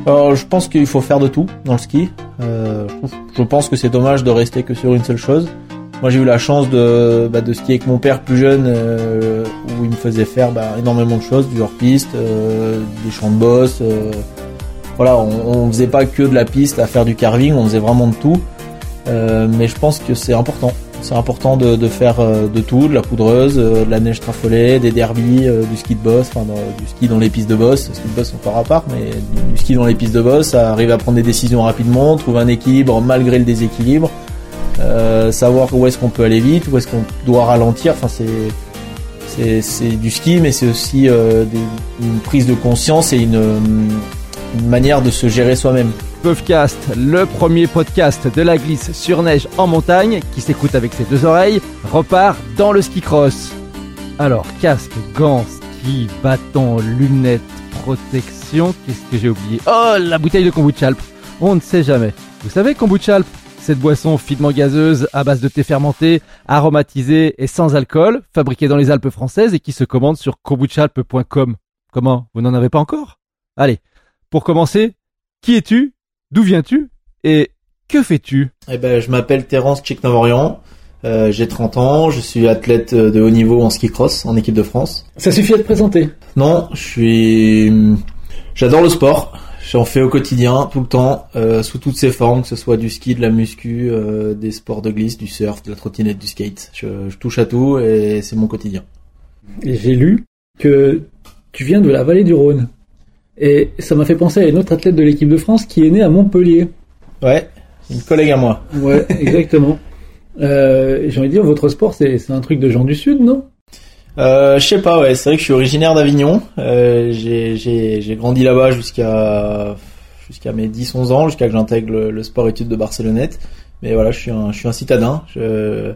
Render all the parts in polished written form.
Alors, je pense qu'il faut faire de tout dans le ski. Je pense que c'est dommage de rester que sur une seule chose. Moi, j'ai eu la chance de skier avec mon père plus jeune, où il me faisait faire énormément de choses, du hors-piste, des champs de bosse. Voilà, on faisait pas que de la piste à faire du carving, on faisait vraiment de tout. Mais je pense que c'est important. C'est important de faire de tout, de la poudreuse, de la neige trafolée, des derbies, du ski de boss, du ski dans les pistes de boss. Le ski de boss encore à part, mais du ski dans les pistes de boss, ça arrive à prendre des décisions rapidement, trouver un équilibre malgré le déséquilibre, savoir où est-ce qu'on peut aller vite, où est-ce qu'on doit ralentir. Enfin, c'est du ski, mais c'est aussi une prise de conscience et une manière de se gérer soi-même. Puffcast, le premier podcast de la glisse sur neige en montagne, qui s'écoute avec ses deux oreilles, repart dans le ski cross. Alors, casque, gants, ski, bâton, lunettes, protection, qu'est-ce que j'ai oublié ? Oh, la bouteille de kombucha Alp. On ne sait jamais. Vous savez, kombucha Alp, cette boisson finement gazeuse à base de thé fermenté, aromatisé et sans alcool, fabriquée dans les Alpes françaises et qui se commande sur kombuchalp.com. Comment ? Vous n'en avez pas encore ? Allez, pour commencer, qui es-tu ? D'où viens-tu et que fais-tu ? Je m'appelle Terence Tcheknavorian, j'ai 30 ans, je suis athlète de haut niveau en ski cross en équipe de France. Ça suffit à te présenter ? Non, j'adore le sport, j'en fais au quotidien, tout le temps, sous toutes ses formes, que ce soit du ski, de la muscu, des sports de glisse, du surf, de la trottinette, du skate. Je touche à tout et c'est mon quotidien. Et j'ai lu que tu viens de la vallée du Rhône. Et ça m'a fait penser à une autre athlète de l'équipe de France qui est née à Montpellier. Ouais, une collègue à moi. Ouais, exactement. J'ai envie de dire, votre sport, c'est un truc de gens du Sud, non ? Je sais pas, ouais, c'est vrai que je suis originaire d'Avignon. J'ai grandi là-bas jusqu'à mes 10-11 ans, jusqu'à que j'intègre le sport-études de Barcelonnette. Mais voilà, je suis un citadin. Je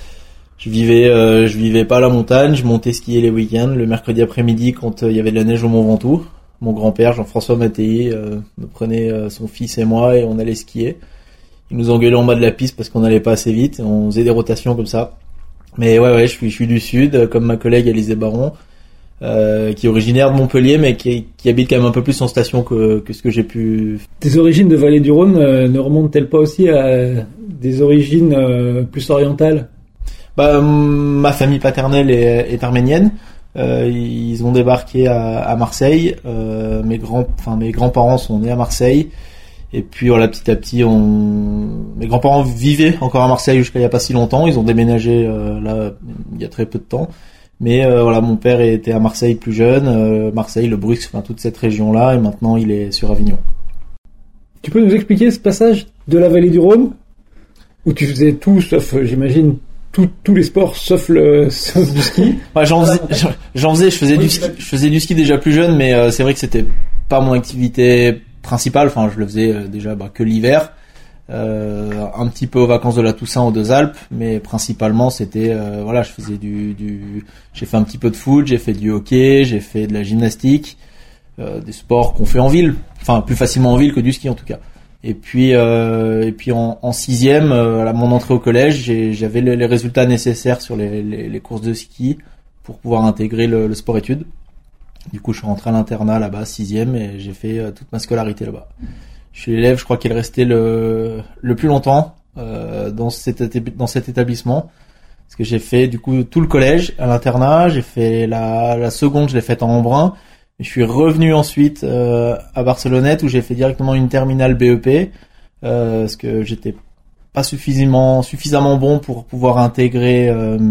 vivais pas à la montagne, je montais skier les week-ends, le mercredi après-midi quand il y avait de la neige au Mont Ventoux. Mon grand-père, Jean-François Mattei, me prenait son fils et moi et on allait skier. Il nous engueulait en bas de la piste parce qu'on n'allait pas assez vite. On faisait des rotations comme ça. Mais ouais, je suis du Sud, comme ma collègue Alizée Baron, qui est originaire de Montpellier, mais qui habite quand même un peu plus en station que ce que j'ai pu... Tes origines de Vallée du Rhône ne remontent-elles pas aussi à des origines plus orientales ? Ma famille paternelle est arménienne. Ils ont débarqué à Marseille. Mes grands-parents sont nés à Marseille. Et puis voilà, petit à petit, mes grands-parents vivaient encore à Marseille jusqu'à il y a pas si longtemps. Ils ont déménagé là il y a très peu de temps. Mais voilà, mon père était à Marseille plus jeune, Marseille, le Brux, toute cette région-là, et maintenant il est sur Avignon. Tu peux nous expliquer ce passage de la vallée du Rhône où tu faisais tout sauf, j'imagine, tous les sports sauf du ski. Ouais, je faisais du ski déjà plus jeune, mais c'est vrai que c'était pas mon activité principale. Enfin, je le faisais déjà que l'hiver, un petit peu aux vacances de la Toussaint aux Deux Alpes, mais principalement c'était je faisais j'ai fait un petit peu de foot, j'ai fait du hockey, j'ai fait de la gymnastique, des sports qu'on fait en ville, enfin plus facilement en ville que du ski en tout cas. Et puis en sixième, à mon entrée au collège, j'avais les résultats nécessaires sur les courses de ski pour pouvoir intégrer le sport-études. Du coup, je suis rentré à l'internat là-bas, sixième, et j'ai fait toute ma scolarité là-bas. Je suis l'élève, je crois qu'il est resté le plus longtemps dans cet établissement, parce que j'ai fait du coup tout le collège à l'internat. J'ai fait la seconde, je l'ai faite en Embrun. Je suis revenu ensuite à Barcelonnette où j'ai fait directement une terminale BEP parce que j'étais pas suffisamment bon pour pouvoir intégrer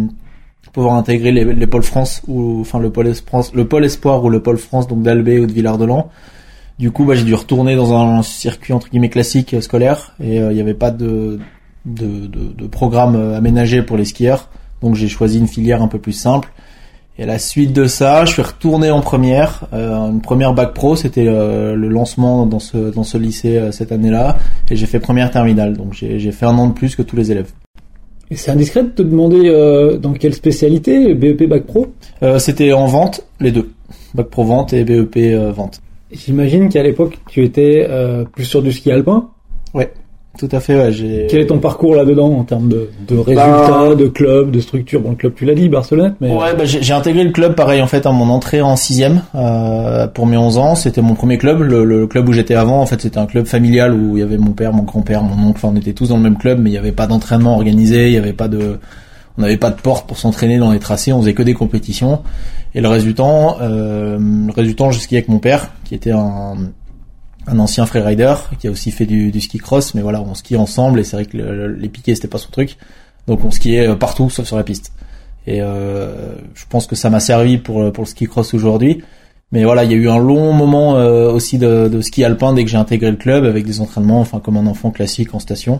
les pôles France ou le pôle Espoir ou le pôle France, donc d'Albé ou de Villard-de-Lans. Du coup, j'ai dû retourner dans un circuit entre guillemets classique scolaire et il y avait pas de programme aménagé pour les skieurs. Donc j'ai choisi une filière un peu plus simple. Et à la suite de ça, je suis retourné en première, une première bac pro, c'était le lancement dans ce lycée cette année-là, et j'ai fait première terminale, donc j'ai fait un an de plus que tous les élèves. Et c'est indiscret de te demander dans quelle spécialité, BEP, bac pro ? C'était en vente, les deux, bac pro vente et BEP vente. J'imagine qu'à l'époque tu étais plus sur du ski alpin ? Ouais. Tout à fait, ouais. Quel est ton parcours là-dedans en termes de résultats, de club, de structure? Bon, le club, tu l'as dit, Barcelonnette, mais... Ouais, j'ai intégré le club, pareil, en fait, à mon entrée en 6e, pour mes 11 ans. C'était mon premier club. Le club où j'étais avant, en fait, c'était un club familial où il y avait mon père, mon grand-père, mon oncle. Enfin, on était tous dans le même club, mais il y avait pas d'entraînement organisé, il y avait pas de... On n'avait pas de porte pour s'entraîner dans les tracés, on faisait que des compétitions. Et le résultant, je skiais avec mon père, qui était un ancien freerider, qui a aussi fait du ski cross, mais voilà, on skiait ensemble, et c'est vrai que les piquets, c'était pas son truc. Donc on skiait partout, sauf sur la piste. Et je pense que ça m'a servi pour le ski cross aujourd'hui. Mais voilà, il y a eu un long moment aussi de ski alpin dès que j'ai intégré le club, avec des entraînements, enfin comme un enfant classique en station.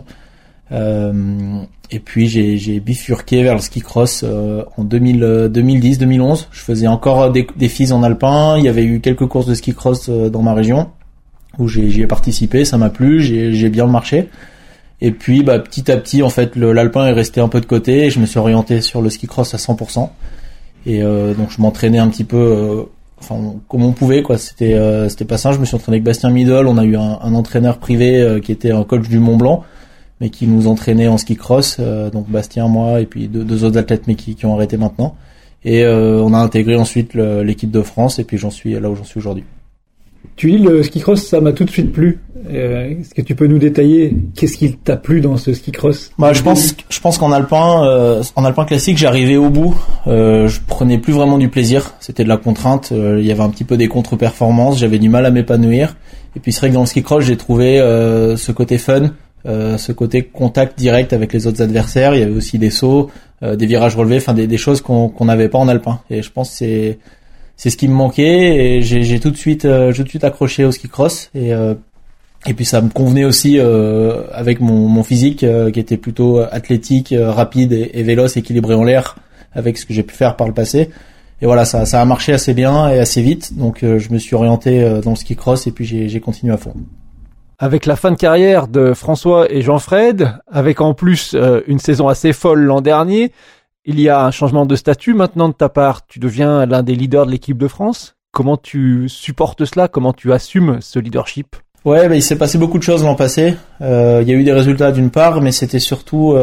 Et puis j'ai bifurqué vers le ski cross en 2010-2011. Je faisais encore des FIS en alpin. Il y avait eu quelques courses de ski cross dans ma région où j'y ai participé. Ça m'a plu, j'ai bien marché. Et puis petit à petit, en fait, l'alpin est resté un peu de côté. Et je me suis orienté sur le ski cross à 100%. Et donc je m'entraînais un petit peu, comme on pouvait, quoi. C'était pas simple. Je me suis entraîné avec Bastien Midol. On a eu un entraîneur privé qui était un coach du Mont Blanc, mais qui nous entraînait en ski cross, donc Bastien, moi, et puis deux autres athlètes, mais qui ont arrêté maintenant. Et on a intégré ensuite l'équipe de France, et puis j'en suis là où j'en suis aujourd'hui. Tu dis le ski cross, ça m'a tout de suite plu. Est-ce que tu peux nous détailler qu'est-ce qui t'a plu dans ce ski cross? Je pense qu'en alpin classique, j'arrivais au bout. Je prenais plus vraiment du plaisir. C'était de la contrainte. Il y avait un petit peu des contre-performances. J'avais du mal à m'épanouir. Et puis c'est vrai que dans le ski cross, j'ai trouvé ce côté fun. Ce côté contact direct avec les autres adversaires. Il y avait aussi des sauts, des virages relevés, enfin des choses qu'on n'avait pas en alpin. Et je pense que c'est ce qui me manquait, et j'ai tout de suite accroché au ski cross, et puis ça me convenait aussi avec mon physique qui était plutôt athlétique, rapide et véloce, équilibré en l'air avec ce que j'ai pu faire par le passé. Et voilà, ça a marché assez bien et assez vite. Donc je me suis orienté dans le ski cross, et puis j'ai continué à fond. Avec la fin de carrière de François et Jean-Fred, avec en plus une saison assez folle l'an dernier, il y a un changement de statut maintenant de ta part. Tu deviens l'un des leaders de l'équipe de France. Comment tu supportes cela? Comment tu assumes ce leadership? Ouais, il s'est passé beaucoup de choses l'an passé. Il y a eu des résultats d'une part, mais c'était surtout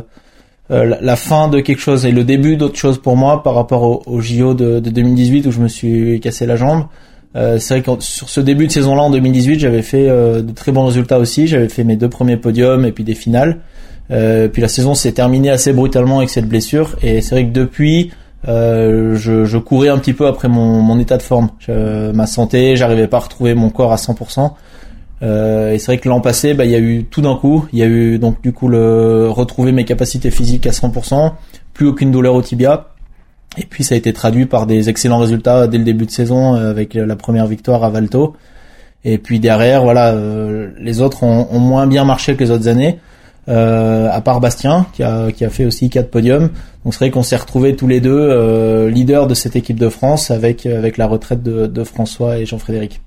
la fin de quelque chose et le début d'autre chose pour moi par rapport au JO de 2018 où je me suis cassé la jambe. C'est vrai que sur ce début de saison-là en 2018, j'avais fait de très bons résultats aussi. J'avais fait mes 2 premiers podiums et puis des finales. Puis la saison s'est terminée assez brutalement avec cette blessure, et c'est vrai que depuis je courais un petit peu après mon état de forme, ma santé, j'arrivais pas à retrouver mon corps à 100%. Et c'est vrai que l'an passé, il y a eu tout d'un coup, il y a eu donc du coup retrouver mes capacités physiques à 100%, plus aucune douleur au tibia. Et puis ça a été traduit par des excellents résultats dès le début de saison avec la première victoire à Valto. Et puis derrière, voilà, les autres ont moins bien marché que les autres années. À part Bastien qui a fait aussi 4 podiums. Donc c'est vrai qu'on s'est retrouvés tous les deux leaders de cette équipe de France avec la retraite de François et Jean-Frédéric.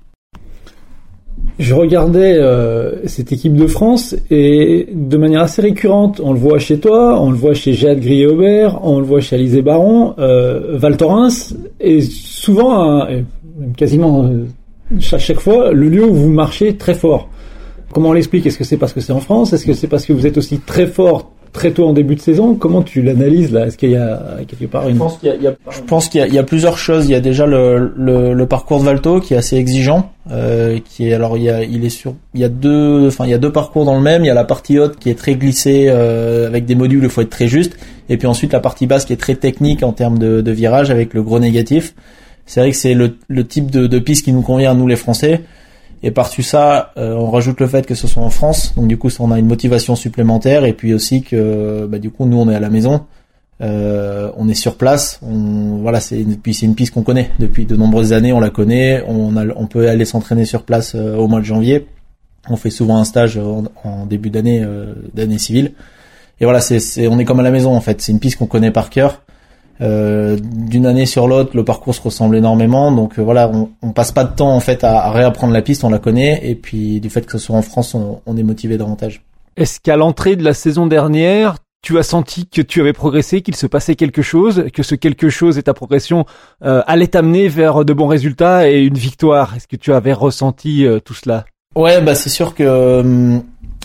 Je regardais cette équipe de France, et de manière assez récurrente, on le voit chez toi, on le voit chez Jade Grier-Aubert, on le voit chez Alizé Baron, Val Thorens, et souvent, quasiment chaque fois, le lieu où vous marchez très fort. Comment on l'explique? Est-ce que c'est parce que c'est en France? Est-ce que c'est parce que vous êtes aussi très fort très tôt en début de saison? Comment tu l'analyses là? Est-ce qu'il y a quelque part une... Je pense qu'il y a plusieurs choses. Il y a déjà le parcours de Valto qui est assez exigeant, il y a deux parcours dans le même. Il y a la partie haute qui est très glissée avec des modules où il faut être très juste, et puis ensuite la partie basse qui est très technique en termes de virage avec le gros négatif. C'est vrai que c'est le type de piste qui nous convient à nous les Français. Et par-dessus ça, on rajoute le fait que ce soit en France, donc du coup, on a une motivation supplémentaire, et puis aussi que, du coup, nous, on est à la maison, on est sur place, c'est une piste qu'on connaît depuis de nombreuses années, on la connaît, on peut aller s'entraîner sur place au mois de janvier. On fait souvent un stage en début d'année civile, et voilà, on est comme à la maison en fait. C'est une piste qu'on connaît par cœur. D'une année sur l'autre, le parcours se ressemble énormément, donc voilà, on passe pas de temps en fait à réapprendre la piste, on la connaît, et puis du fait que ce soit en France, on est motivé davantage. Est-ce qu'à l'entrée de la saison dernière, tu as senti que tu avais progressé, qu'il se passait quelque chose, que ce quelque chose et ta progression allait t'amener vers de bons résultats et une victoire? Est-ce que tu avais ressenti tout cela? Ouais, c'est sûr que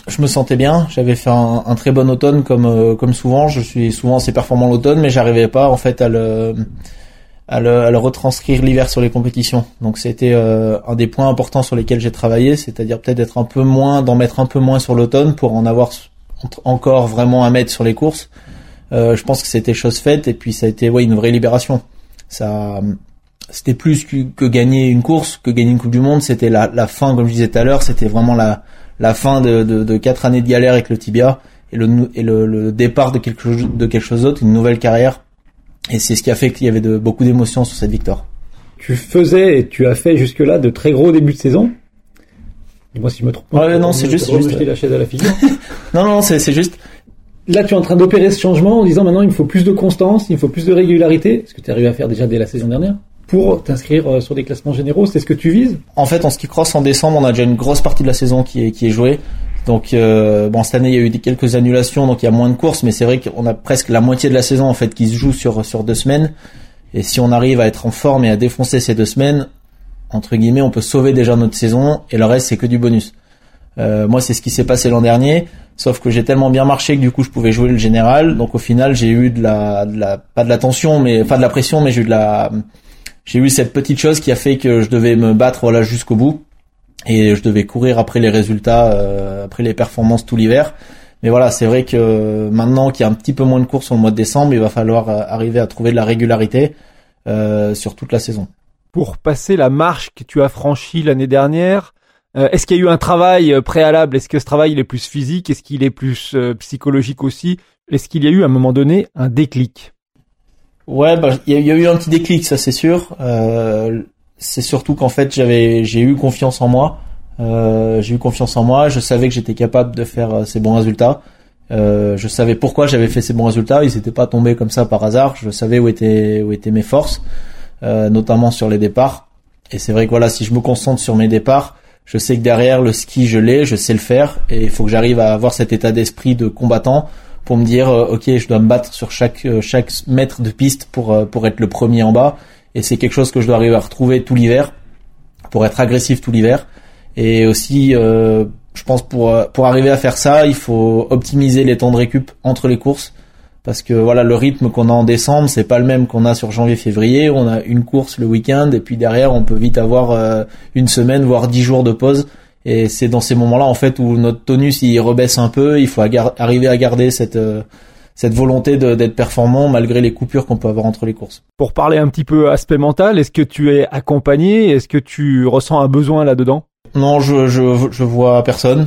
je me sentais bien. J'avais fait un très bon automne comme souvent. Je suis souvent assez performant l'automne, mais j'arrivais pas en fait à le retranscrire l'hiver sur les compétitions. Donc c'était un des points importants sur lesquels j'ai travaillé, c'est-à-dire peut-être d'en mettre un peu moins sur l'automne pour en avoir encore vraiment à mettre sur les courses. Je pense que c'était chose faite et puis ça a été une vraie libération. Ça c'était plus que gagner une course, que gagner une Coupe du Monde, c'était la fin, comme je disais tout à l'heure, c'était vraiment la fin de 4 années de galère avec le tibia et le départ de quelque chose d'autre, une nouvelle carrière. Et c'est ce qui a fait qu'il y avait beaucoup d'émotions sur cette victoire. Tu faisais et tu as fait jusque-là de très gros débuts de saison. Dis-moi si je me trompe. Ouais, non, c'est juste. Jeter la chaise à la figure. non, c'est juste. Là, tu es en train d'opérer ce changement en disant maintenant il me faut plus de constance, il me faut plus de régularité, ce que tu es arrivé à faire déjà dès la saison dernière, pour t'inscrire sur des classements généraux. C'est ce que tu vises? En fait, en ski cross en décembre, on a déjà une grosse partie de la saison qui est jouée. Donc cette année il y a eu quelques annulations, donc il y a moins de courses, mais c'est vrai qu'on a presque la moitié de la saison en fait qui se joue sur 2 semaines. Et si on arrive à être en forme et à défoncer ces 2 semaines, entre guillemets, on peut sauver déjà notre saison et le reste c'est que du bonus. Moi c'est ce qui s'est passé l'an dernier, sauf que j'ai tellement bien marché que du coup je pouvais jouer le général. Donc au final j'ai eu pas de la tension, mais enfin de la pression, mais j'ai eu cette petite chose qui a fait que je devais me battre jusqu'au bout. Et je devais courir après les résultats, après les performances tout l'hiver. Mais voilà, c'est vrai que maintenant qu'il y a un petit peu moins de courses au mois de décembre, il va falloir arriver à trouver de la régularité sur toute la saison. Pour passer la marche que tu as franchie l'année dernière, est-ce qu'il y a eu un travail préalable? Est-ce que ce travail il est plus physique? Est-ce qu'il est plus psychologique aussi? Est-ce qu'il y a eu à un moment donné un déclic? Ouais, il y a eu un petit déclic, ça c'est sûr. C'est surtout qu'en fait j'ai eu confiance en moi. Je savais que j'étais capable de faire ces bons résultats. Je savais pourquoi j'avais fait ces bons résultats. Ils n'étaient pas tombés comme ça par hasard. Je savais où étaient mes forces, notamment sur les départs. Et c'est vrai que voilà, si je me concentre sur mes départs, je sais que derrière le ski je sais le faire. Et il faut que j'arrive à avoir cet état d'esprit de combattant pour me dire ok, je dois me battre sur chaque mètre de piste pour être le premier en bas. Et c'est quelque chose que je dois arriver à retrouver tout l'hiver pour être agressif tout l'hiver. Et aussi, je pense pour arriver à faire ça, il faut optimiser les temps de récup entre les courses parce que voilà, le rythme qu'on a en décembre, c'est pas le même qu'on a sur janvier-février. On a une course le week-end et puis derrière, on peut vite avoir une semaine voire 10 jours de pause. Et c'est dans ces moments-là en fait où notre tonus il rebaisse un peu. Il faut arriver à garder cette volonté d'être performant malgré les coupures qu'on peut avoir entre les courses. Pour parler un petit peu aspect mental, est-ce que tu es accompagné? Est-ce que tu ressens un besoin là-dedans? Non, je vois personne.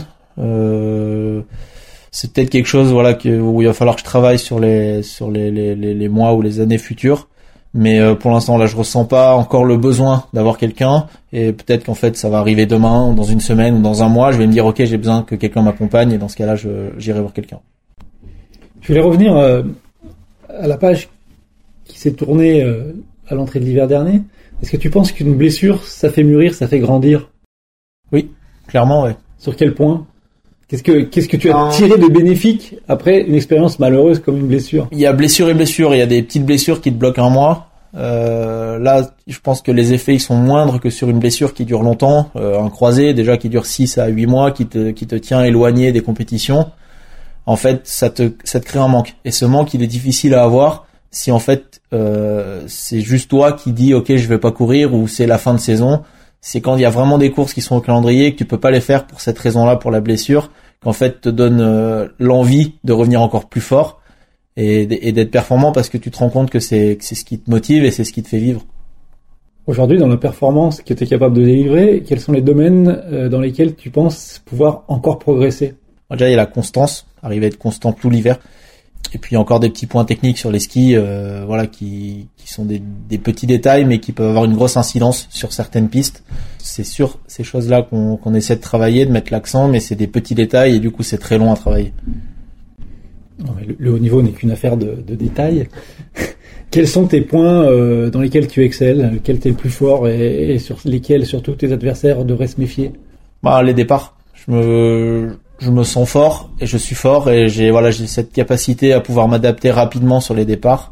C'est peut-être quelque chose où il va falloir que je travaille sur les mois ou les années futures. Mais pour l'instant là, je ressens pas encore le besoin d'avoir quelqu'un. Et peut-être qu'en fait, ça va arriver demain, ou dans une semaine, ou dans un mois. Je vais me dire ok, j'ai besoin que quelqu'un m'accompagne. Et dans ce cas-là, j'irai voir quelqu'un. Je voulais revenir à la page qui s'est tournée à l'entrée de l'hiver dernier. Est-ce que tu penses qu'une blessure, ça fait mûrir, ça fait grandir? Oui, clairement, ouais. Sur quel point? Qu'est-ce que tu as tiré de bénéfique après une expérience malheureuse comme une blessure? Il y a blessure et blessure. Il y a des petites blessures qui te bloquent un mois. Là, je pense que les effets ils sont moindres que sur une blessure qui dure longtemps. Un croisé déjà qui dure 6 à 8 mois, qui te tient éloigné des compétitions. En fait, ça te crée un manque. Et ce manque, il est difficile à avoir si en fait c'est juste toi qui dis ok, je vais pas courir ou c'est la fin de saison. C'est quand il y a vraiment des courses qui sont au calendrier que tu peux pas les faire pour cette raison-là, pour la blessure, qu'en fait te donne l'envie de revenir encore plus fort et d'être performant parce que tu te rends compte que c'est ce qui te motive et c'est ce qui te fait vivre. Aujourd'hui, dans la performance que tu es capable de délivrer, quels sont les domaines dans lesquels tu penses pouvoir encore progresser? Déjà, il y a la constance, arriver à être constant tout l'hiver. Et puis encore des petits points techniques sur les skis, qui sont des petits détails, mais qui peuvent avoir une grosse incidence sur certaines pistes. C'est sur ces choses-là qu'on essaie de travailler, de mettre l'accent, mais c'est des petits détails et du coup c'est très long à travailler. Non, mais le haut niveau n'est qu'une affaire de détails. Quels sont tes points dans lesquels tu excelles, lesquels t'es le plus fort et sur lesquels surtout tes adversaires devraient se méfier? Les départs. Je me sens fort et je suis fort et j'ai cette capacité à pouvoir m'adapter rapidement sur les départs.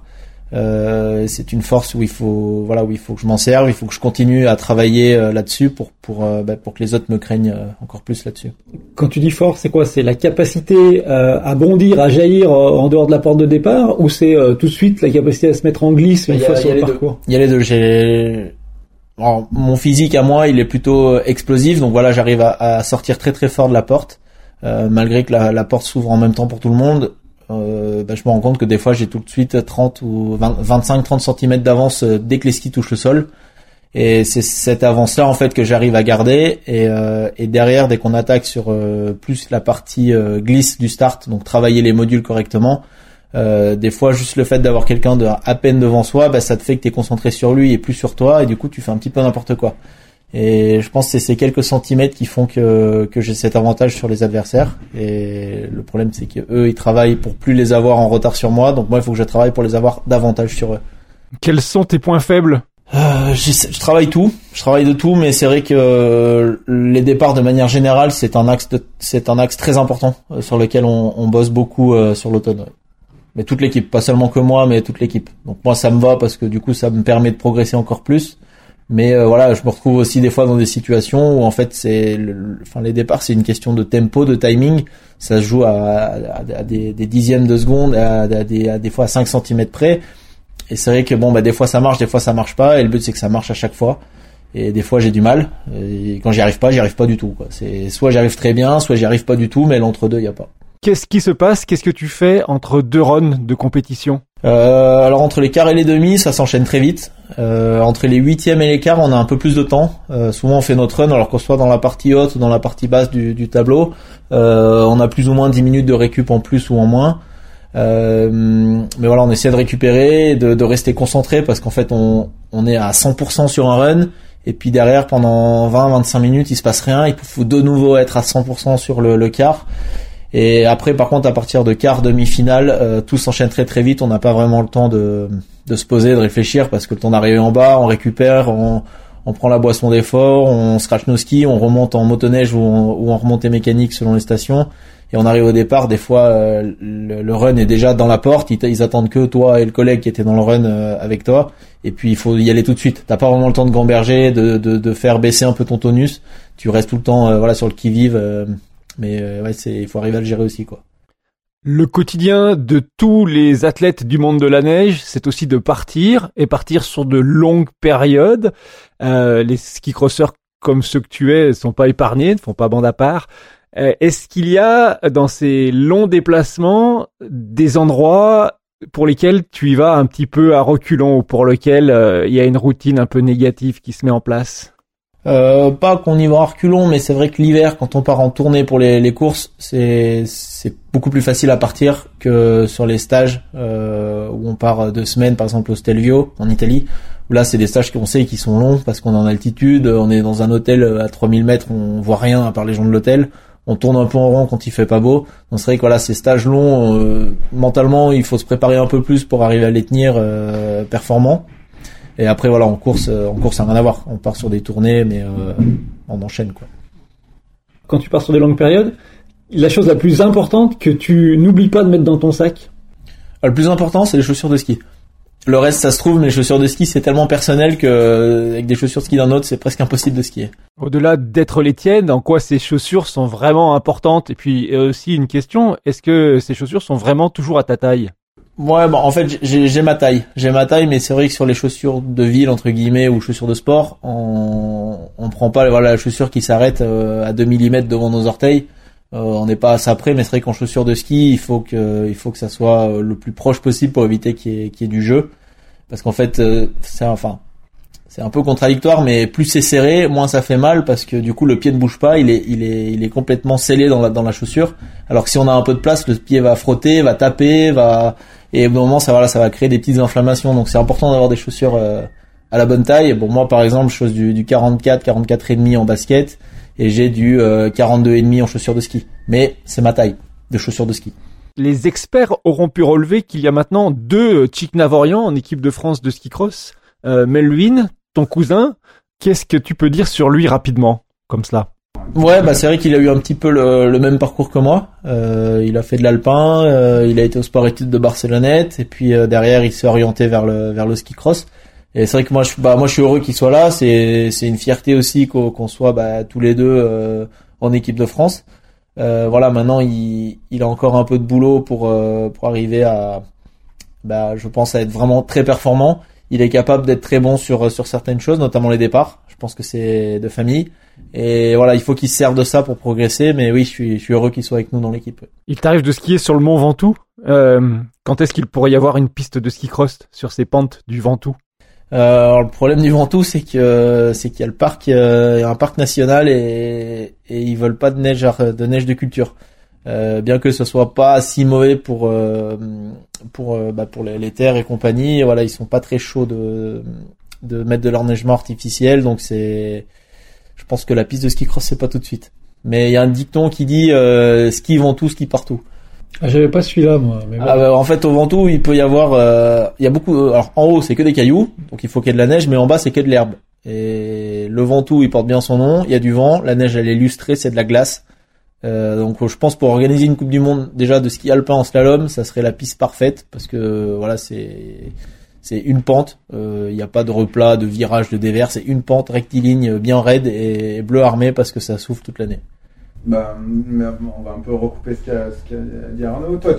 C'est une force où il faut que je m'en serve, il faut que je continue à travailler là-dessus pour que les autres me craignent encore plus là-dessus. Quand tu dis force, c'est quoi? C'est la capacité à bondir, à jaillir en dehors de la porte de départ, ou c'est tout de suite la capacité à se mettre en glisse une fois sur le parcours? Il y a les deux. Alors, mon physique à moi, il est plutôt explosif, donc voilà, j'arrive à sortir très très fort de la porte, malgré que la porte s'ouvre en même temps pour tout le monde. Je me rends compte que des fois j'ai tout de suite 30 ou 25-30 cm d'avance dès que les skis touchent le sol, et c'est cette avance là en fait que j'arrive à garder, et derrière, dès qu'on attaque sur plus la partie glisse du start, donc travailler les modules correctement, des fois juste le fait d'avoir quelqu'un à peine devant soi, ça te fait que t'es concentré sur lui et plus sur toi, et du coup tu fais un petit peu n'importe quoi. Et je pense que c'est ces quelques centimètres qui font que j'ai cet avantage sur les adversaires. Et le problème, c'est que eux, ils travaillent pour plus les avoir en retard sur moi. Donc moi, il faut que je travaille pour les avoir davantage sur eux. Quels sont tes points faibles? Je travaille tout. Je travaille de tout, mais c'est vrai que les départs, de manière générale, c'est un axe très important sur lequel on bosse beaucoup sur l'automne. Ouais. Mais toute l'équipe, pas seulement que moi, mais toute l'équipe. Donc moi, ça me va parce que du coup, ça me permet de progresser encore plus. Mais je me retrouve aussi des fois dans des situations où en fait les départs, c'est une question de tempo, de timing. Ça se joue à des dixièmes de seconde, à des fois à 5 cm près. Et c'est vrai que des fois ça marche, des fois ça marche pas. Et le but, c'est que ça marche à chaque fois. Et des fois j'ai du mal. Et quand j'y arrive pas du tout, quoi. C'est soit j'arrive très bien, soit j'y arrive pas du tout, mais l'entre-deux, y a pas. Qu'est-ce qui se passe? Qu'est-ce que tu fais entre deux runs de compétition? Alors entre les quarts et les demi, ça s'enchaîne très vite. Entre les huitièmes et les quarts, on a un peu plus de temps. Souvent on fait notre run, alors qu'on soit dans la partie haute ou dans la partie basse du tableau. On a plus ou moins 10 minutes de récup en plus ou en moins. Mais voilà, on essaie de récupérer, de rester concentré, parce qu'en fait on est à 100% sur un run. Et puis derrière, pendant 20-25 minutes, il se passe rien. Il faut de nouveau être à 100% sur le quart. Et après, par contre, à partir de quart, demi-finale, tout s'enchaîne très très vite. On n'a pas vraiment le temps de se poser, de réfléchir, parce que le temps d'arriver en bas, on récupère, on prend la boisson d'effort, on scratch nos skis, on remonte en motoneige ou en remontée mécanique selon les stations, et on arrive au départ. Des fois, le run est déjà dans la porte. Ils attendent que toi et le collègue qui était dans le run avec toi, et puis il faut y aller tout de suite. T'as pas vraiment le temps de gamberger, de faire baisser un peu ton tonus. Tu restes tout le temps sur le qui-vive. Mais il faut arriver à le gérer aussi, quoi. Le quotidien de tous les athlètes du monde de la neige, c'est aussi de partir sur de longues périodes. Les ski-crosseurs comme ceux que tu es sont pas épargnés, ne font pas bande à part. Est-ce qu'il y a dans ces longs déplacements des endroits pour lesquels tu y vas un petit peu à reculons, ou pour lesquels il y a une routine un peu négative qui se met en place? Pas qu'on y va en reculons, mais c'est vrai que l'hiver, quand on part en tournée pour les courses, c'est beaucoup plus facile à partir que sur les stages où on part 2 semaines, par exemple au Stelvio en Italie, où là c'est des stages qu'on sait qui sont longs parce qu'on est en altitude, on est dans un hôtel à 3000 mètres, on voit rien à part les gens de l'hôtel, on tourne un peu en rond quand il fait pas beau. Donc c'est vrai que voilà, ces stages longs, mentalement il faut se préparer un peu plus pour arriver à les tenir performants. Et après voilà, en course ça n'a rien à voir. On part sur des tournées, mais on enchaîne, quoi. Quand tu pars sur des longues périodes, la chose la plus importante que tu n'oublies pas de mettre dans ton sac? Le plus important, c'est les chaussures de ski. Le reste, ça se trouve, mais les chaussures de ski, c'est tellement personnel que avec des chaussures de ski d'un autre, c'est presque impossible de skier. Au-delà d'être les tiennes, en quoi ces chaussures sont vraiment importantes? Et puis aussi une question, est-ce que ces chaussures sont vraiment toujours à ta taille? Ouais, en fait, j'ai ma taille, mais c'est vrai que sur les chaussures de ville entre guillemets ou chaussures de sport, on prend pas la chaussure qui s'arrête à 2 mm devant nos orteils. On n'est pas à ça près, mais c'est vrai qu'en chaussures de ski, il faut que ça soit le plus proche possible pour éviter qu'il y ait du jeu, parce qu'en fait, c'est un peu contradictoire, mais plus c'est serré, moins ça fait mal, parce que du coup le pied ne bouge pas, il est complètement scellé dans la chaussure. Alors que si on a un peu de place, le pied va frotter, va taper, et au bout d'un moment ça va créer des petites inflammations. Donc c'est important d'avoir des chaussures à la bonne taille. Bon, moi par exemple, je chose du 44 et demi en basket, et j'ai du 42 et demi en chaussures de ski. Mais c'est ma taille de chaussures de ski. Les experts auront pu relever qu'il y a maintenant 2 Chick Navorian en équipe de France de ski cross. Melvin, ton cousin, qu'est-ce que tu peux dire sur lui rapidement, comme cela? Ouais, bah c'est vrai qu'il a eu un petit peu le même parcours que moi. Il a fait de l'alpin, il a été au sport-études de Barcelonnette, et puis derrière il s'est orienté vers le ski cross. Et c'est vrai que moi je suis heureux qu'il soit là. C'est une fierté aussi qu'on soit tous les deux en équipe de France. Voilà, maintenant il a encore un peu de boulot pour arriver à je pense à être vraiment très performant. Il est capable d'être très bon sur certaines choses, notamment les départs. Je pense que c'est de famille. Et voilà, il faut qu'il se serve de ça pour progresser. Mais oui, je suis heureux qu'il soit avec nous dans l'équipe. Il t'arrive de skier sur le Mont Ventoux. Quand est-ce qu'il pourrait y avoir une piste de ski cross sur ces pentes du Ventoux? Alors, le problème du Ventoux, c'est qu'il y a le parc, il y a un parc national et ils veulent pas de neige de culture. Bien que ce soit pas si mauvais pour les terres et compagnie, voilà, ils sont pas très chauds de mettre de l'enneigement artificiel, donc je pense que la piste de ski cross c'est pas tout de suite. Mais il y a un dicton qui dit ski Ventoux, ski partout. Ah, j'avais pas celui-là moi. Mais bon. En fait au Ventoux il peut y avoir, il y a beaucoup. Alors en haut c'est que des cailloux, donc il faut qu'il y ait de la neige, mais en bas c'est que de l'herbe. Et le Ventoux il porte bien son nom, il y a du vent, la neige elle est lustrée, c'est de la glace. Donc je pense pour organiser une Coupe du Monde déjà de ski alpin en slalom, ça serait la piste parfaite parce que voilà c'est une pente, il n'y a pas de replat, de virage, de dévers, c'est une pente rectiligne bien raide et bleu armé parce que ça souffle toute l'année. Mais on va un peu recouper ce qu'a dit Arnaud. Toi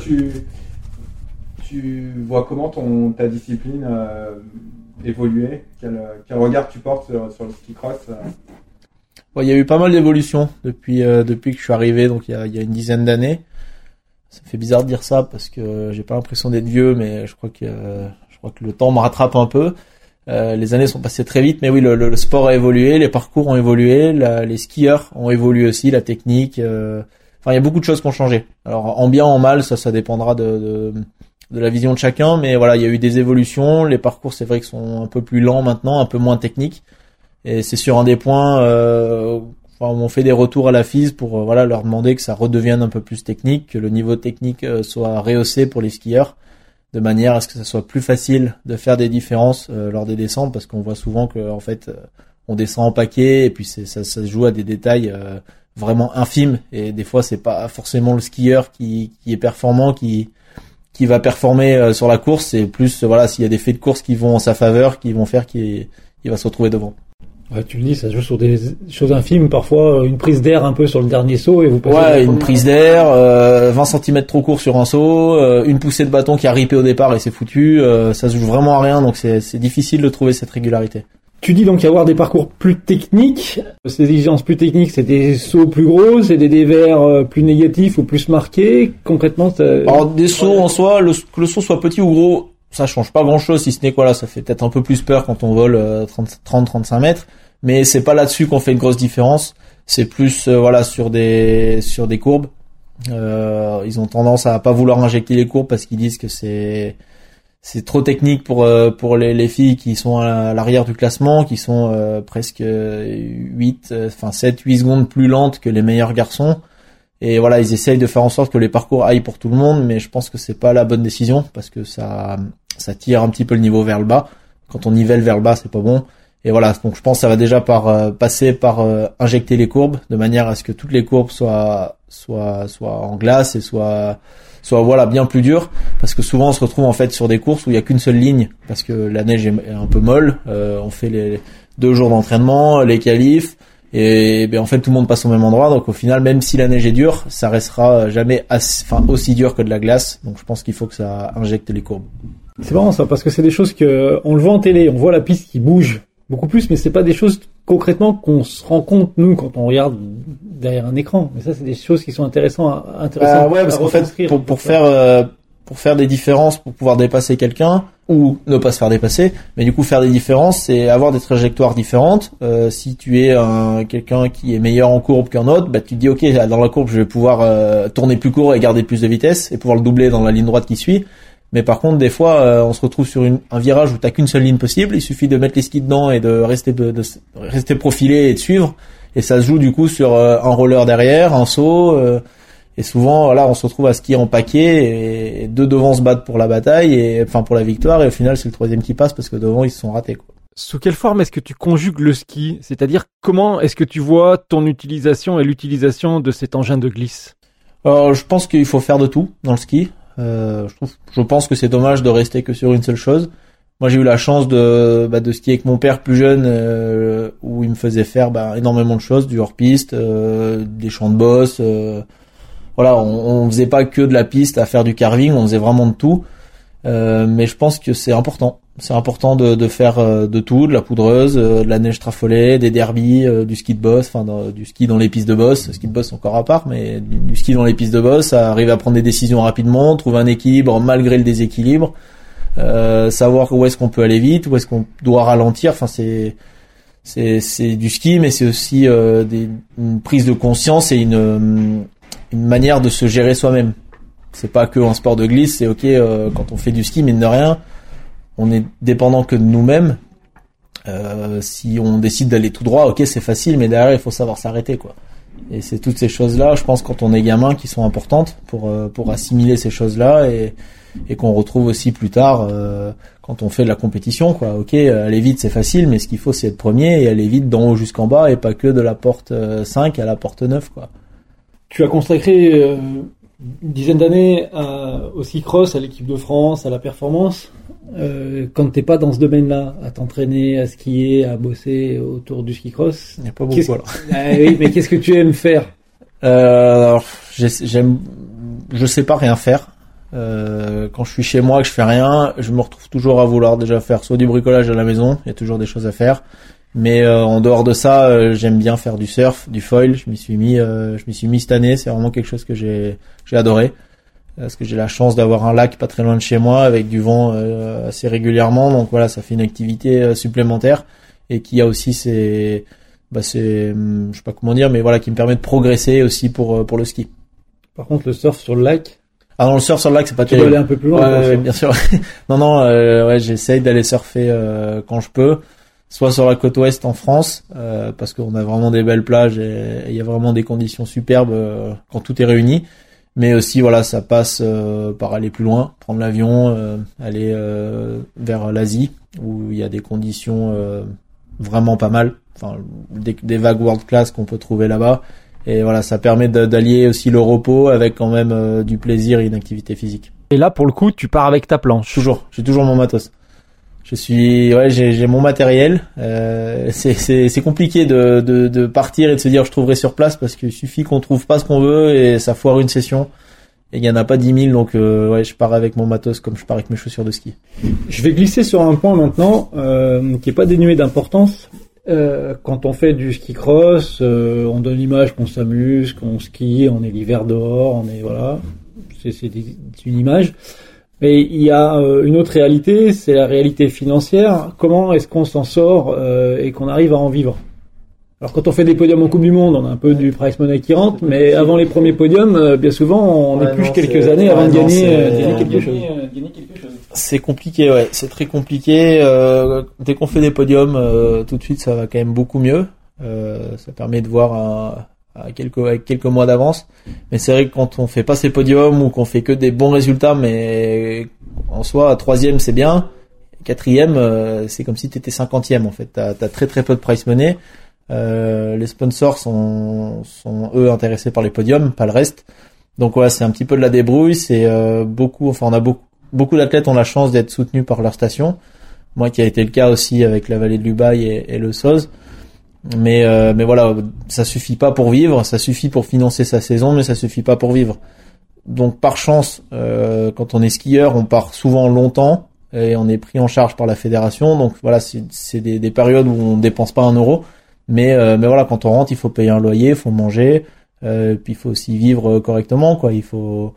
tu vois comment ta discipline évoluer, quel regard tu portes sur le ski cross? Il y a eu pas mal d'évolutions depuis que je suis arrivé, donc il y a une dizaine d'années. Ça me fait bizarre de dire ça parce que j'ai pas l'impression d'être vieux, mais je crois que le temps me rattrape un peu. Les années sont passées très vite, mais oui, le sport a évolué, les parcours ont évolué, les skieurs ont évolué aussi, la technique. Il y a beaucoup de choses qui ont changé. Alors en bien, en mal, ça dépendra de la vision de chacun, mais voilà, il y a eu des évolutions. Les parcours, c'est vrai qu'ils sont un peu plus lents maintenant, un peu moins techniques. Et c'est sur un des points où on fait des retours à la FIS pour leur demander que ça redevienne un peu plus technique, que le niveau technique soit rehaussé pour les skieurs, de manière à ce que ça soit plus facile de faire des différences lors des descentes, parce qu'on voit souvent que en fait on descend en paquet et puis ça se joue à des détails vraiment infimes, et des fois c'est pas forcément le skieur qui est performant qui va performer sur la course, c'est plus s'il y a des faits de course qui vont en sa faveur, qui vont faire qu'il va se retrouver devant. Ouais, tu le dis, ça se joue sur des choses infimes, parfois une prise d'air un peu sur le dernier saut et vous passez. Ouais, une prise d'air, 20 cm trop court sur un saut, une poussée de bâton qui a ripé au départ et c'est foutu, ça se joue vraiment à rien, donc c'est difficile de trouver cette régularité. Tu dis donc y avoir des parcours plus techniques, ces exigences plus techniques, c'est des sauts plus gros, c'est des dévers plus négatifs ou plus marqués, concrètement Alors des sauts en soi, que le saut soit petit ou gros, ça change pas grand chose, si ce n'est ça fait peut-être un peu plus peur quand on vole 30-35 mètres. Mais c'est pas là-dessus qu'on fait une grosse différence. C'est plus sur des courbes. Ils ont tendance à pas vouloir injecter les courbes parce qu'ils disent que c'est trop technique pour les filles qui sont à l'arrière du classement, qui sont presque 7-8 secondes plus lentes que les meilleurs garçons. Et voilà, ils essayent de faire en sorte que les parcours aillent pour tout le monde, mais je pense que c'est pas la bonne décision parce que ça tire un petit peu le niveau vers le bas. Quand on nivelle vers le bas, c'est pas bon. Et voilà, donc je pense que ça va déjà passer par injecter les courbes de manière à ce que toutes les courbes soient en glace et soient bien plus dures, parce que souvent on se retrouve en fait sur des courses où il y a qu'une seule ligne parce que la neige est un peu molle. On fait les 2 jours d'entraînement, les qualifs, et en fait tout le monde passe au même endroit, donc au final même si la neige est dure, ça restera jamais aussi dur que de la glace. Donc je pense qu'il faut que ça injecte les courbes. C'est marrant ça, parce que c'est des choses on le voit en télé, on voit la piste qui bouge beaucoup plus, mais c'est pas des choses concrètement qu'on se rend compte nous quand on regarde derrière un écran. Mais ça, c'est des choses qui sont intéressantes. Ouais, parce qu'en fait, pour faire des différences, pour pouvoir dépasser quelqu'un ou ne pas se faire dépasser, mais du coup faire des différences, c'est avoir des trajectoires différentes. Si tu es quelqu'un qui est meilleur en courbe qu'un autre, tu te dis ok, dans la courbe je vais pouvoir tourner plus court et garder plus de vitesse et pouvoir le doubler dans la ligne droite qui suit. Mais par contre, des fois, on se retrouve sur un virage où t'as qu'une seule ligne possible. Il suffit de mettre les skis dedans et de rester profilé et de suivre. Et ça se joue du coup sur un roller derrière, un saut. Et souvent, on se retrouve à skier en paquet et 2 devant se battent pour la bataille pour la victoire. Et au final, c'est le 3e qui passe parce que devant ils se sont ratés, quoi. Sous quelle forme est-ce que tu conjugues le ski? C'est-à-dire, comment est-ce que tu vois ton utilisation et l'utilisation de cet engin de glisse? Alors, je pense qu'il faut faire de tout dans le ski. Je pense que c'est dommage de rester que sur une seule chose. Moi, j'ai eu la chance de skier avec mon père plus jeune, où il me faisait faire énormément de choses, du hors-piste, des champs de bosse. Voilà, on faisait pas que de la piste à faire du carving, on faisait vraiment de tout. Mais je pense que c'est important. C'est important de faire de tout, de la poudreuse, de la neige trafolée, des derbies, du ski de boss, du ski dans les pistes de boss. Le ski de boss encore à part, mais du ski dans les pistes de boss, arriver à prendre des décisions rapidement, trouver un équilibre malgré le déséquilibre, savoir où est-ce qu'on peut aller vite, où est-ce qu'on doit ralentir. Enfin, c'est du ski, mais c'est aussi une prise de conscience et une manière de se gérer soi-même. C'est pas que en sport de glisse, c'est ok quand on fait du ski, mine de rien, on est dépendant que de nous-mêmes. Si on décide d'aller tout droit, ok, c'est facile, mais derrière il faut savoir s'arrêter, quoi. Et c'est toutes ces choses-là, je pense, quand on est gamin, qui sont importantes pour assimiler ces choses-là et qu'on retrouve aussi plus tard quand on fait de la compétition, quoi. Ok, aller vite c'est facile, mais ce qu'il faut c'est être premier et aller vite d'en haut jusqu'en bas et pas que de la porte 5 à la porte 9, quoi. Tu as consacré une dizaine d'années au ski cross, à l'équipe de France, à la performance. Quand t'es pas dans ce domaine-là, à t'entraîner, à skier, à bosser autour du ski cross, il n'y a pas beaucoup alors. Oui, mais qu'est-ce que tu aimes faire? Alors, je sais pas rien faire. Quand je suis chez moi et que je fais rien, je me retrouve toujours à vouloir déjà faire soit du bricolage à la maison, il y a toujours des choses à faire. Mais en dehors de ça, j'aime bien faire du surf, du foil. Je m'y suis mis cette année. C'est vraiment quelque chose que j'ai adoré. Parce que j'ai la chance d'avoir un lac pas très loin de chez moi avec du vent assez régulièrement. Donc voilà, ça fait une activité supplémentaire et qui a aussi je sais pas comment dire, mais voilà, qui me permet de progresser aussi pour le ski. Par contre, le surf sur le lac. Ah non, le surf sur le lac, c'est pas Tu terrible. dois aller un peu plus loin. Ouais, bien sûr. Non, j'essaye d'aller surfer quand je peux. Soit sur la côte ouest en France, parce qu'on a vraiment des belles plages et il y a vraiment des conditions superbes quand tout est réuni. Mais aussi, voilà, ça passe par aller plus loin, prendre l'avion, aller vers l'Asie, où il y a des conditions vraiment pas mal. Enfin, des vagues world class qu'on peut trouver là-bas. Et voilà, ça permet d'allier aussi le repos avec quand même du plaisir et une activité physique. Et là, pour le coup, tu pars avec ta planche. Toujours, j'ai toujours mon matos. J'ai mon matériel. C'est compliqué de partir et de se dire je trouverai sur place parce qu'il suffit qu'on trouve pas ce qu'on veut et ça foire une session. Et il y en a pas 10 000, donc je pars avec mon matos comme je pars avec mes chaussures de ski. Je vais glisser sur un point maintenant qui est pas dénué d'importance. Quand on fait du ski cross, on donne l'image qu'on s'amuse, qu'on skie, on est l'hiver dehors, c'est une image. Mais il y a une autre réalité, c'est la réalité financière. Comment est-ce qu'on s'en sort et qu'on arrive à en vivre? Alors quand on fait des podiums en Coupe du Monde, on a un peu du prize money qui rentre, mais avant les premiers podiums, bien souvent, on épluche quelques années avant de gagner quelque chose. C'est compliqué, ouais, c'est très compliqué. Dès qu'on fait des podiums, tout de suite, ça va quand même beaucoup mieux. Ça permet de voir avec quelques mois d'avance. Mais c'est vrai que quand on fait pas ces podiums ou qu'on fait que des bons résultats, mais en soi, 3e c'est bien, 4e c'est comme si t'étais 50e en fait. T'as très très peu de prize money. Les sponsors sont eux intéressés par les podiums, pas le reste. Donc voilà, c'est un petit peu de la débrouille. C'est on a beaucoup d'athlètes ont la chance d'être soutenus par leur station. Moi qui a été le cas aussi avec la vallée de l'Ubaye et le SOZ. Mais voilà, ça suffit pas pour vivre, ça suffit pour financer sa saison, mais ça suffit pas pour vivre. Donc par chance, quand on est skieur, on part souvent longtemps et on est pris en charge par la fédération. Donc voilà, c'est des périodes où on dépense pas un euro, mais voilà, quand on rentre, il faut payer un loyer, il faut manger, puis il faut aussi vivre correctement, quoi. Il faut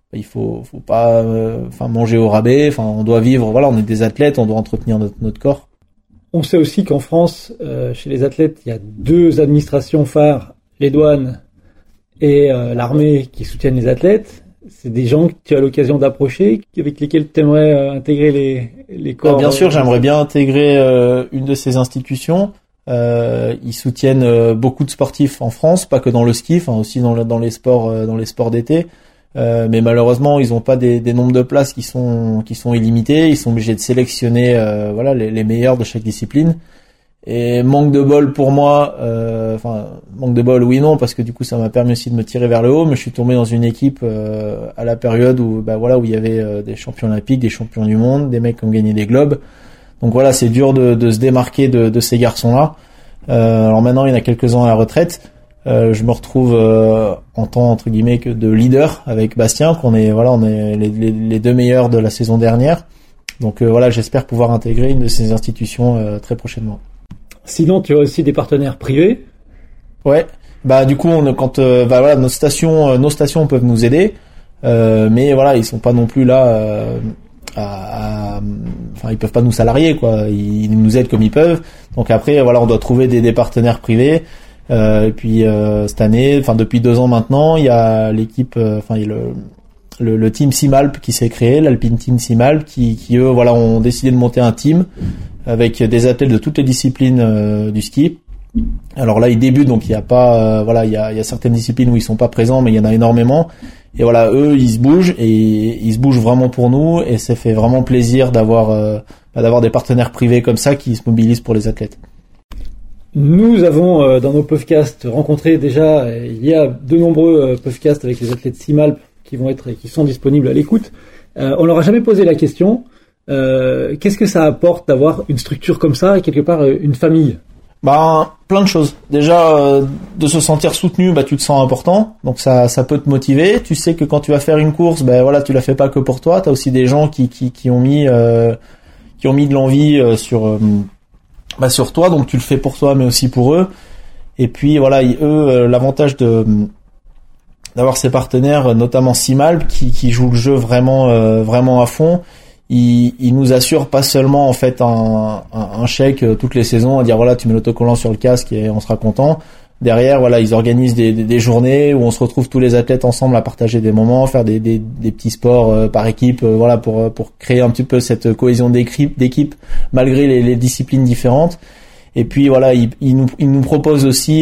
pas, manger au rabais. Enfin, on doit vivre. Voilà, on est des athlètes, on doit entretenir notre corps. On sait aussi qu'en France, chez les athlètes, il y a 2 administrations phares, les douanes et l'armée, qui soutiennent les athlètes. C'est des gens que tu as l'occasion d'approcher, avec lesquels tu aimerais intégrer les corps. Bien sûr, j'aimerais bien intégrer une de ces institutions. Ils soutiennent beaucoup de sportifs en France, pas que dans le ski, aussi dans les sports d'été. Mais malheureusement, ils ont pas des nombres de places qui sont illimités. Ils sont obligés de sélectionner voilà les meilleurs de chaque discipline. Et manque de bol pour moi, manque de bol oui non, parce que du coup ça m'a permis aussi de me tirer vers le haut, mais je suis tombé dans une équipe à la période où où il y avait des champions olympiques, des champions du monde, des mecs qui ont gagné des globes. Donc voilà, c'est dur de se démarquer de ces garçons-là. Alors maintenant, il y en a quelques-uns à la retraite. Je me retrouve en tant entre guillemets que de leader avec Bastien, on est les deux meilleurs de la saison dernière. Donc j'espère pouvoir intégrer une de ces institutions très prochainement. Sinon, tu as aussi des partenaires privés. Ouais. Du coup, nos stations peuvent nous aider, mais voilà, ils sont pas non plus là ils peuvent pas nous salarier quoi. Ils nous aident comme ils peuvent. Donc après, on doit trouver des partenaires privés. Et puis cette année, depuis 2 ans maintenant, il y a l'équipe, le team Simalp qui s'est créé, l'Alpine Team Simalp, qui eux ont décidé de monter un team avec des athlètes de toutes les disciplines du ski. Alors là, ils débutent, donc il y a pas, il y a certaines disciplines où ils sont pas présents, mais il y en a énormément. Et eux, ils se bougent vraiment pour nous, et ça fait vraiment plaisir d'avoir des partenaires privés comme ça qui se mobilisent pour les athlètes. Nous avons dans nos podcasts rencontré déjà, il y a de nombreux podcasts avec les athlètes Simalp qui sont disponibles à l'écoute. On leur a jamais posé la question. Qu'est-ce que ça apporte d'avoir une structure comme ça et quelque part une famille? Plein de choses. Déjà, de se sentir soutenu, tu te sens important, donc ça peut te motiver. Tu sais que quand tu vas faire une course, tu la fais pas que pour toi. T'as aussi des gens qui ont mis de l'envie sur toi, donc tu le fais pour toi, mais aussi pour eux. Et puis l'avantage d'avoir ces partenaires, notamment Simalp, qui jouent le jeu vraiment à fond. Il nous assure pas seulement un chèque toutes les saisons à dire tu mets l'autocollant sur le casque et on sera content. Derrière ils organisent des journées où on se retrouve tous les athlètes ensemble à partager des moments, faire des petits sports par équipe, pour créer un petit peu cette cohésion d'équipe malgré les disciplines différentes. Et puis il nous propose aussi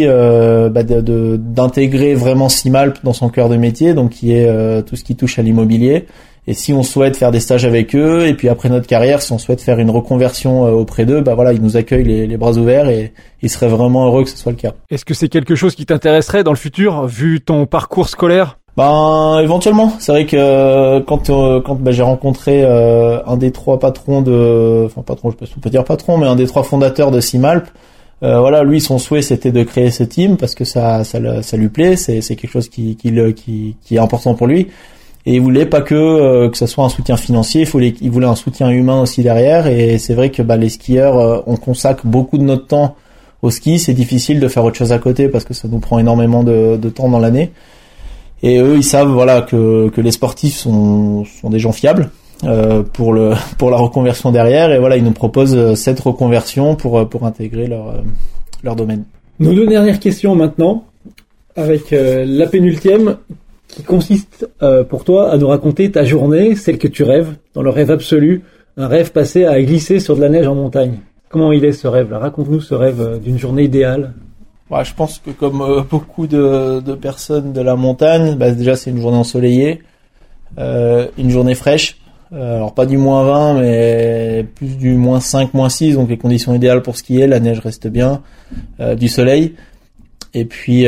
d'intégrer vraiment Simalp dans son cœur de métier, donc qui est tout ce qui touche à l'immobilier. Et si on souhaite faire des stages avec eux, et puis après notre carrière, si on souhaite faire une reconversion auprès d'eux, ils nous accueillent les bras ouverts, et ils seraient vraiment heureux que ce soit le cas. Est-ce que c'est quelque chose qui t'intéresserait dans le futur, vu ton parcours scolaire? Éventuellement. C'est vrai que quand j'ai rencontré un des 3 patrons patron, je peux pas dire patron, mais un des 3 fondateurs de Simalp, lui son souhait c'était de créer ce team parce que ça lui plaît, c'est quelque chose qui est important pour lui. Et il voulait pas que ça soit un soutien financier, il voulait un soutien humain aussi derrière. Et c'est vrai que les skieurs, on consacre beaucoup de notre temps au ski. C'est difficile de faire autre chose à côté parce que ça nous prend énormément de temps dans l'année. Et eux, ils savent que les sportifs sont des gens fiables pour la reconversion derrière. Et ils nous proposent cette reconversion pour intégrer leur domaine. Nos 2 dernières questions maintenant, avec la pénultième, qui consiste pour toi à nous raconter ta journée, celle que tu rêves, dans le rêve absolu, un rêve passé à glisser sur de la neige en montagne. Comment il est ce rêve-là? Raconte-nous ce rêve d'une journée idéale. Je pense que comme beaucoup de personnes de la montagne, déjà c'est une journée ensoleillée, une journée fraîche, alors pas du -20 mais plus du -5, -6, donc les conditions idéales pour skier, la neige reste bien, du soleil. Et puis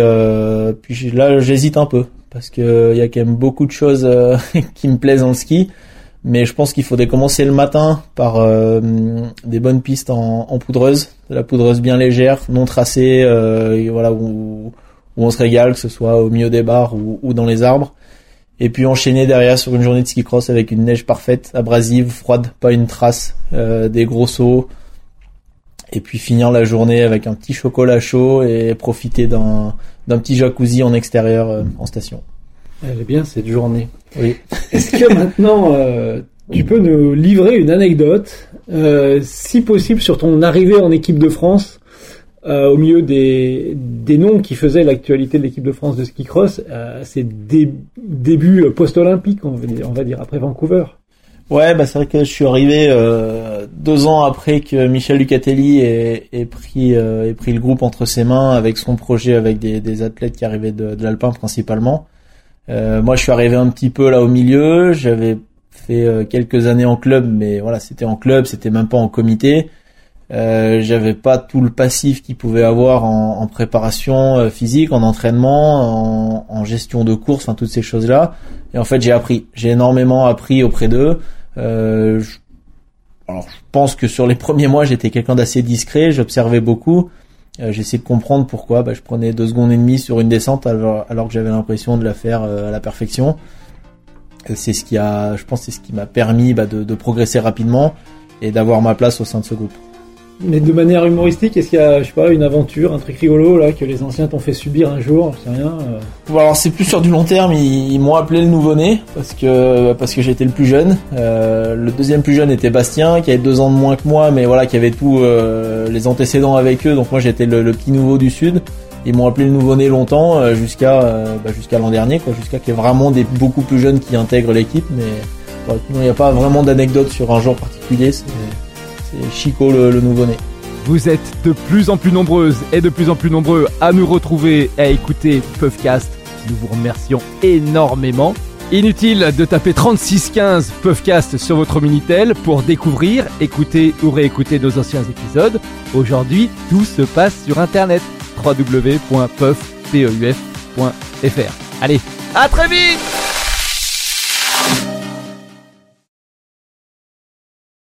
là j'hésite un peu parce que il y a quand même beaucoup de choses qui me plaisent dans le ski, mais je pense qu'il faudrait commencer le matin par des bonnes pistes en poudreuse, de la poudreuse bien légère, non tracée, où on se régale, que ce soit au milieu des barres ou dans les arbres. Et puis enchaîner derrière sur une journée de ski cross avec une neige parfaite, abrasive, froide, pas une trace, des gros sauts. Et puis finir la journée avec un petit chocolat chaud et profiter d'un petit jacuzzi en extérieur en station. Elle est bien cette journée. Oui. Est-ce que maintenant tu peux nous livrer une anecdote, si possible sur ton arrivée en équipe de France, au milieu des noms qui faisaient l'actualité de l'équipe de France de ski cross, ces débuts post-olympiques, on va dire après Vancouver? Ouais, c'est vrai que je suis arrivé 2 ans après que Michel Lucatelli ait pris le groupe entre ses mains avec son projet avec des athlètes qui arrivaient de l'alpin principalement. Moi, je suis arrivé un petit peu là au milieu. J'avais fait quelques années en club, mais voilà, c'était en club, c'était même pas en comité. J'avais pas tout le passif qu'il pouvait avoir en préparation physique, en entraînement, en gestion de course, enfin toutes ces choses-là. Et en fait, j'ai énormément appris auprès d'eux. Alors, je pense que sur les premiers mois, j'étais quelqu'un d'assez discret, j'observais beaucoup. J'essayais de comprendre pourquoi je prenais 2 secondes et demie sur une descente alors que j'avais l'impression de la faire à la perfection. Et c'est ce qui m'a permis de progresser rapidement et d'avoir ma place au sein de ce groupe. Mais de manière humoristique, est-ce qu'il y a, je sais pas, une aventure, un truc rigolo là que les anciens t'ont fait subir un jour, je sais rien. Bon, alors c'est plus sur du long terme, ils m'ont appelé le nouveau-né parce que j'étais le plus jeune. Le deuxième plus jeune était Bastien, qui avait 2 ans de moins que moi, mais voilà, qui avait tous les antécédents avec eux. Donc moi j'étais le petit nouveau du sud. Ils m'ont appelé le nouveau-né longtemps jusqu'à l'an dernier, quoi, jusqu'à qu'il y ait vraiment des beaucoup plus jeunes qui intègrent l'équipe. Mais il n'y a pas vraiment d'anecdote sur un genre particulier. C'est Chico le nouveau-né. Vous êtes de plus en plus nombreuses et de plus en plus nombreux à nous retrouver et à écouter Puffcast. Nous vous remercions énormément. Inutile de taper 3615 Puffcast sur votre Minitel pour découvrir, écouter ou réécouter nos anciens épisodes. Aujourd'hui, tout se passe sur internet www.puff.fr. Allez, à très vite!